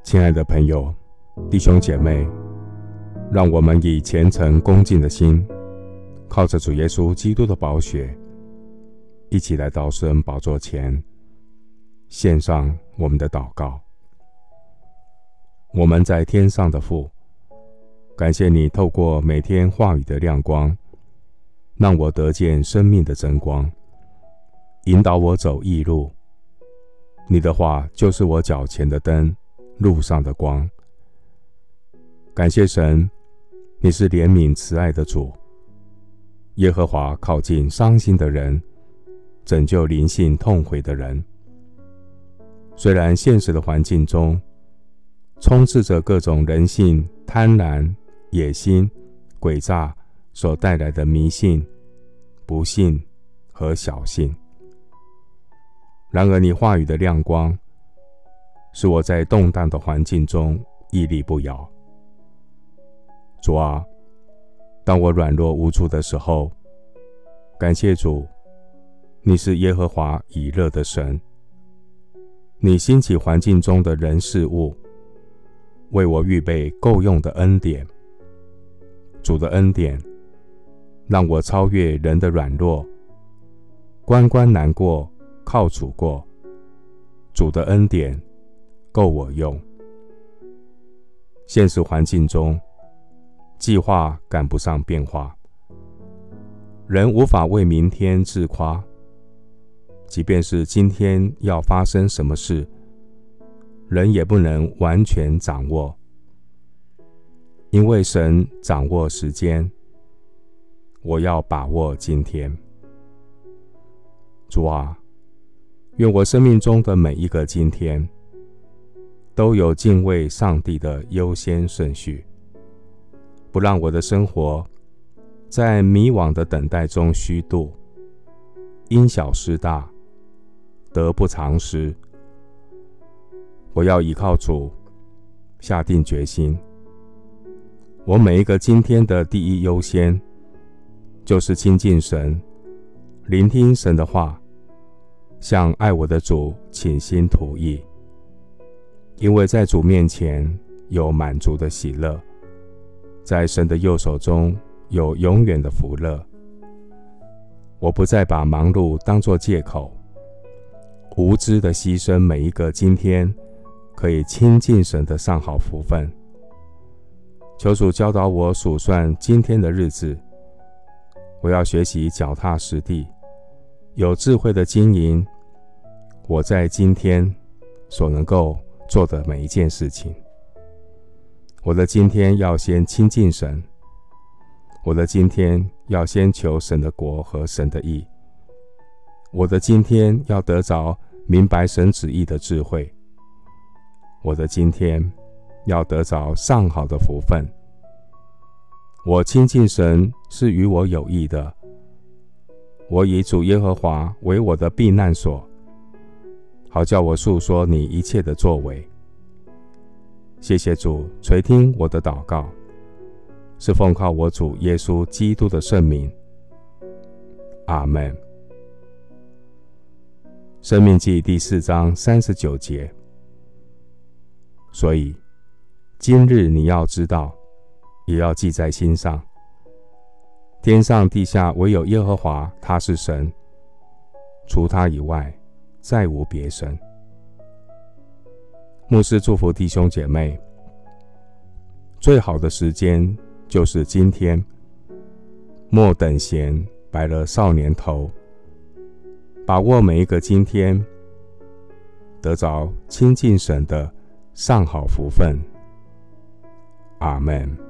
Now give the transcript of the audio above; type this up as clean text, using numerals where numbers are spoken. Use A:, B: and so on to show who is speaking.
A: 亲爱的朋友、弟兄姐妹，让我们以虔诚恭敬的心，靠着主耶稣基督的宝血，一起来到施恩宝座前，献上我们的祷告。我们在天上的父，感谢你透过每天话语的亮光，让我得见生命的真光，引导我走义路。你的话就是我脚前的灯，路上的光。感谢神，你是怜悯慈爱的主。耶和华靠近伤心的人，拯救灵性痛悔的人。虽然现实的环境中充斥着各种人性贪婪、野心、诡诈所带来的迷信、不信和小信，然而你话语的亮光使我在动荡的环境中屹立不摇。主啊，当我软弱无助的时候，感谢主，你是耶和华以勒的神。你兴起环境中的人事物，为我预备够用的恩典。主的恩典让我超越人的软弱，关关难过靠主过。主的恩典够我用。现实环境中，计划赶不上变化，人无法为明天自夸。即便是今天要发生什么事，人也不能完全掌握，因为神掌握时间。我要把握今天。主啊，愿我生命中的每一个今天都有敬畏上帝的优先顺序，不让我的生活在迷惘的等待中虚度，因小失大，得不偿失。我要依靠主，下定决心，我每一个今天的第一优先就是亲近神，聆听神的话，向爱我的主倾心吐意。因为在主面前有满足的喜乐，在神的右手中有永远的福乐。我不再把忙碌当作借口，无知的牺牲每一个今天可以亲近神的上好福分。求主教导我数算今天的日子，我要学习脚踏实地，有智慧的经营我在今天所能够做的每一件事情。我的今天要先亲近神，我的今天要先求神的国和神的义，我的今天要得着明白神旨意的智慧，我的今天要得着上好的福分。我亲近神是与我有益的，我以主耶和华为我的避难所，好叫我述说你一切的作为。谢谢主垂听我的祷告，是奉靠我主耶稣基督的圣名。阿们。申命记第4章39节。所以今日你要知道，也要记在心上，天上地下唯有耶和华，他是神，除他以外再无别神。牧师祝福弟兄姐妹，最好的时间就是今天，莫等闲白了少年头，把握每一个今天，得着亲近神的上好福分。阿们。